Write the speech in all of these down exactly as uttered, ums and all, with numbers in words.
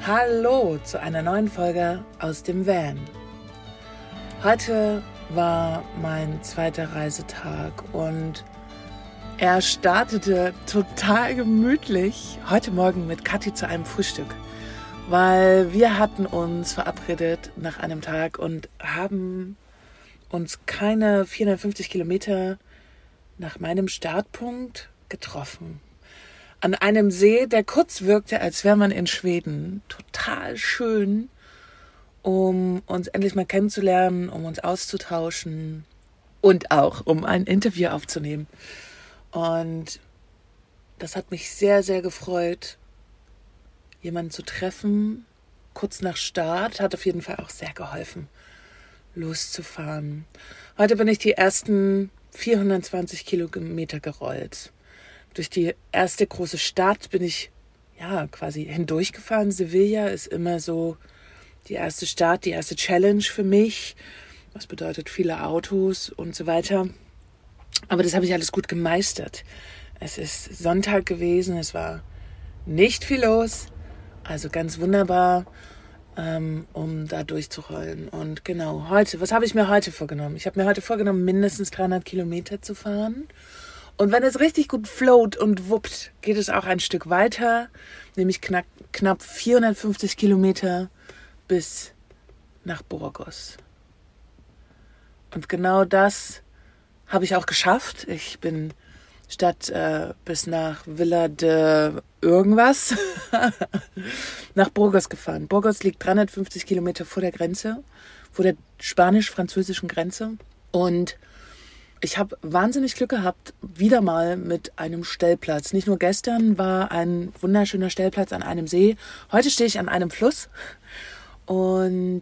Hallo zu einer neuen Folge aus dem Van. Heute war mein zweiter Reisetag und er startete total gemütlich heute Morgen mit Kathi zu einem Frühstück, weil wir hatten uns verabredet nach einem Tag und haben uns keine vierhundertfünfzig Kilometer nach meinem Startpunkt getroffen. An einem See, der kurz wirkte, als wäre man in Schweden. Total schön, um uns endlich mal kennenzulernen, um uns auszutauschen und auch um ein Interview aufzunehmen. Und das hat mich sehr, sehr gefreut, jemanden zu treffen. Kurz nach Start hat auf jeden Fall auch sehr geholfen, loszufahren. Heute bin ich die ersten vierhundertzwanzig Kilometer gerollt. Durch die erste große Stadt bin ich ja quasi hindurchgefahren. Sevilla ist immer so die erste Stadt, die erste Challenge für mich. Das bedeutet viele Autos und so weiter. Aber das habe ich alles gut gemeistert. Es ist Sonntag gewesen, es war nicht viel los. Also ganz wunderbar, ähm, um da durchzurollen. Und genau, heute, was habe ich mir heute vorgenommen? Ich habe mir heute vorgenommen, mindestens dreihundert Kilometer zu fahren. Und wenn es richtig gut float und wuppt, geht es auch ein Stück weiter, nämlich knapp, knapp vierhundertfünfzig Kilometer bis nach Burgos. Und genau das habe ich auch geschafft. Ich bin statt äh, bis nach Villa de irgendwas nach Burgos gefahren. Burgos liegt dreihundertfünfzig Kilometer vor der Grenze, vor der spanisch-französischen Grenze. Und ich habe wahnsinnig Glück gehabt, wieder mal mit einem Stellplatz. Nicht nur gestern war ein wunderschöner Stellplatz an einem See. Heute stehe ich an einem Fluss und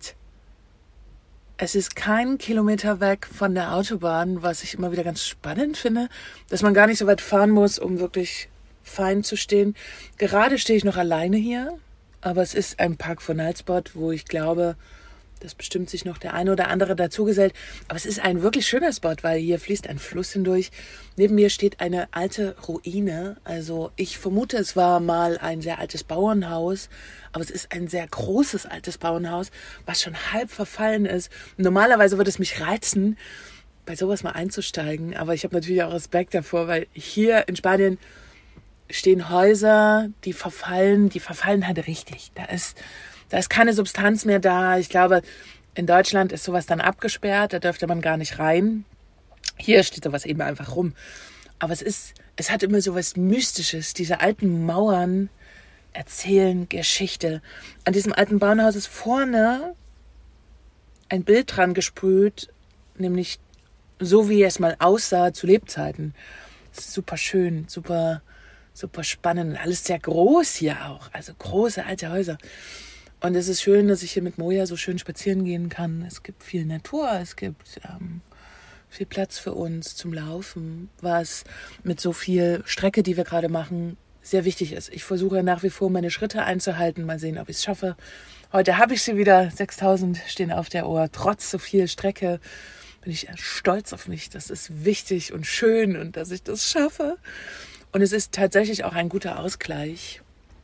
es ist kein Kilometer weg von der Autobahn, was ich immer wieder ganz spannend finde, dass man gar nicht so weit fahren muss, um wirklich fein zu stehen. Gerade stehe ich noch alleine hier, aber es ist ein Park-for-Night-Spot, wo ich glaube, dass bestimmt sich noch der eine oder andere dazugesellt. Aber es ist ein wirklich schöner Spot, weil hier fließt ein Fluss hindurch. Neben mir steht eine alte Ruine. Also ich vermute, es war mal ein sehr altes Bauernhaus. Aber es ist ein sehr großes altes Bauernhaus, was schon halb verfallen ist. Normalerweise würde es mich reizen, bei sowas mal einzusteigen. Aber ich habe natürlich auch Respekt davor, weil hier in Spanien stehen Häuser, die verfallen. Die verfallen halt richtig. Da ist... Da ist keine Substanz mehr da. Ich glaube, in Deutschland ist sowas dann abgesperrt. Da dürfte man gar nicht rein. Hier steht sowas eben einfach rum. Aber es ist, es hat immer sowas Mystisches. Diese alten Mauern erzählen Geschichte. An diesem alten Bauernhaus ist vorne ein Bild dran gesprüht, nämlich so, wie es mal aussah zu Lebzeiten. Das ist super schön, super, super spannend. Alles sehr groß hier auch. Also große alte Häuser. Und es ist schön, dass ich hier mit Moja so schön spazieren gehen kann. Es gibt viel Natur, es gibt ähm, viel Platz für uns zum Laufen, was mit so viel Strecke, die wir gerade machen, sehr wichtig ist. Ich versuche nach wie vor, meine Schritte einzuhalten. Mal sehen, ob ich es schaffe. Heute habe ich sie wieder. sechstausend stehen auf der Uhr. Trotz so viel Strecke bin ich stolz auf mich. Das ist wichtig und schön und dass ich das schaffe. Und es ist tatsächlich auch ein guter Ausgleich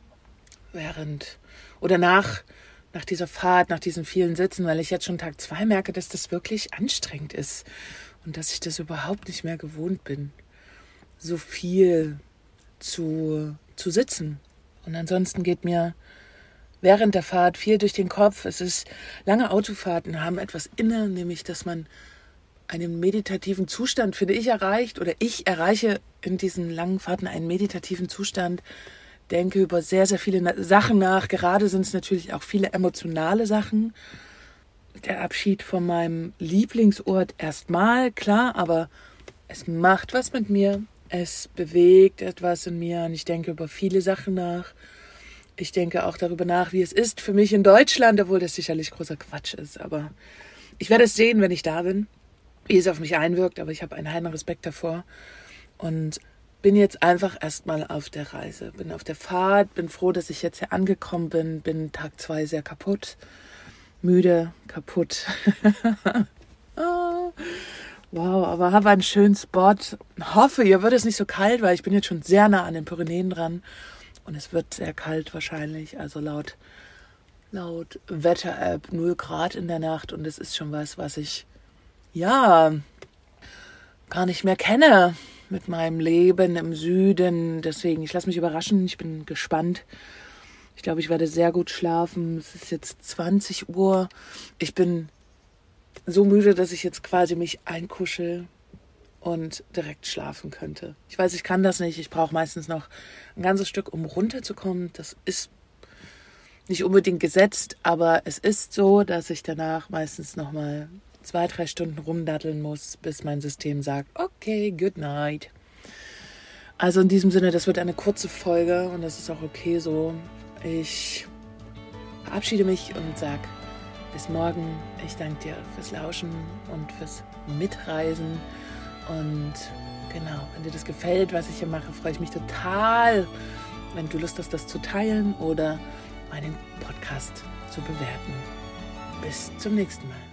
während... Oder nach, nach dieser Fahrt, nach diesen vielen Sitzen, weil ich jetzt schon Tag zwei merke, dass das wirklich anstrengend ist und dass ich das überhaupt nicht mehr gewohnt bin, so viel zu, zu sitzen. Und ansonsten geht mir während der Fahrt viel durch den Kopf. Es ist, lange Autofahrten haben etwas inne, nämlich, dass man einen meditativen Zustand, finde ich, erreicht oder ich erreiche in diesen langen Fahrten einen meditativen Zustand, denke über sehr, sehr viele Sachen nach. Gerade sind es natürlich auch viele emotionale Sachen. Der Abschied von meinem Lieblingsort erstmal, klar, aber es macht was mit mir. Es bewegt etwas in mir und ich denke über viele Sachen nach. Ich denke auch darüber nach, wie es ist für mich in Deutschland, obwohl das sicherlich großer Quatsch ist. Aber ich werde es sehen, wenn ich da bin, wie es auf mich einwirkt. Aber ich habe einen heiden Respekt davor und bin jetzt einfach erstmal auf der Reise, bin auf der Fahrt, bin froh, dass ich jetzt hier angekommen bin, bin Tag zwei sehr kaputt, müde, kaputt. oh, wow, aber habe einen schönen Spot. Hoffe, ihr wird es nicht so kalt, weil ich bin jetzt schon sehr nah an den Pyrenäen dran und es wird sehr kalt wahrscheinlich. Also laut laut Wetter-App null Grad in der Nacht und es ist schon was, was ich, ja, gar nicht mehr kenne mit meinem Leben im Süden. Deswegen, ich lasse mich überraschen, ich bin gespannt. Ich glaube, ich werde sehr gut schlafen. Es ist jetzt zwanzig Uhr. Ich bin so müde, dass ich jetzt quasi mich einkuschel und direkt schlafen könnte. Ich weiß, ich kann das nicht. Ich brauche meistens noch ein ganzes Stück, um runterzukommen. Das ist nicht unbedingt gesetzt, aber es ist so, dass ich danach meistens noch mal zwei, drei Stunden rumdatteln muss, bis mein System sagt, okay, good night. Also in diesem Sinne, das wird eine kurze Folge und das ist auch okay so. Ich verabschiede mich und sage bis morgen. Ich danke dir fürs Lauschen und fürs Mitreisen. Und genau, wenn dir das gefällt, was ich hier mache, freue ich mich total, wenn du Lust hast, das zu teilen oder meinen Podcast zu bewerten. Bis zum nächsten Mal.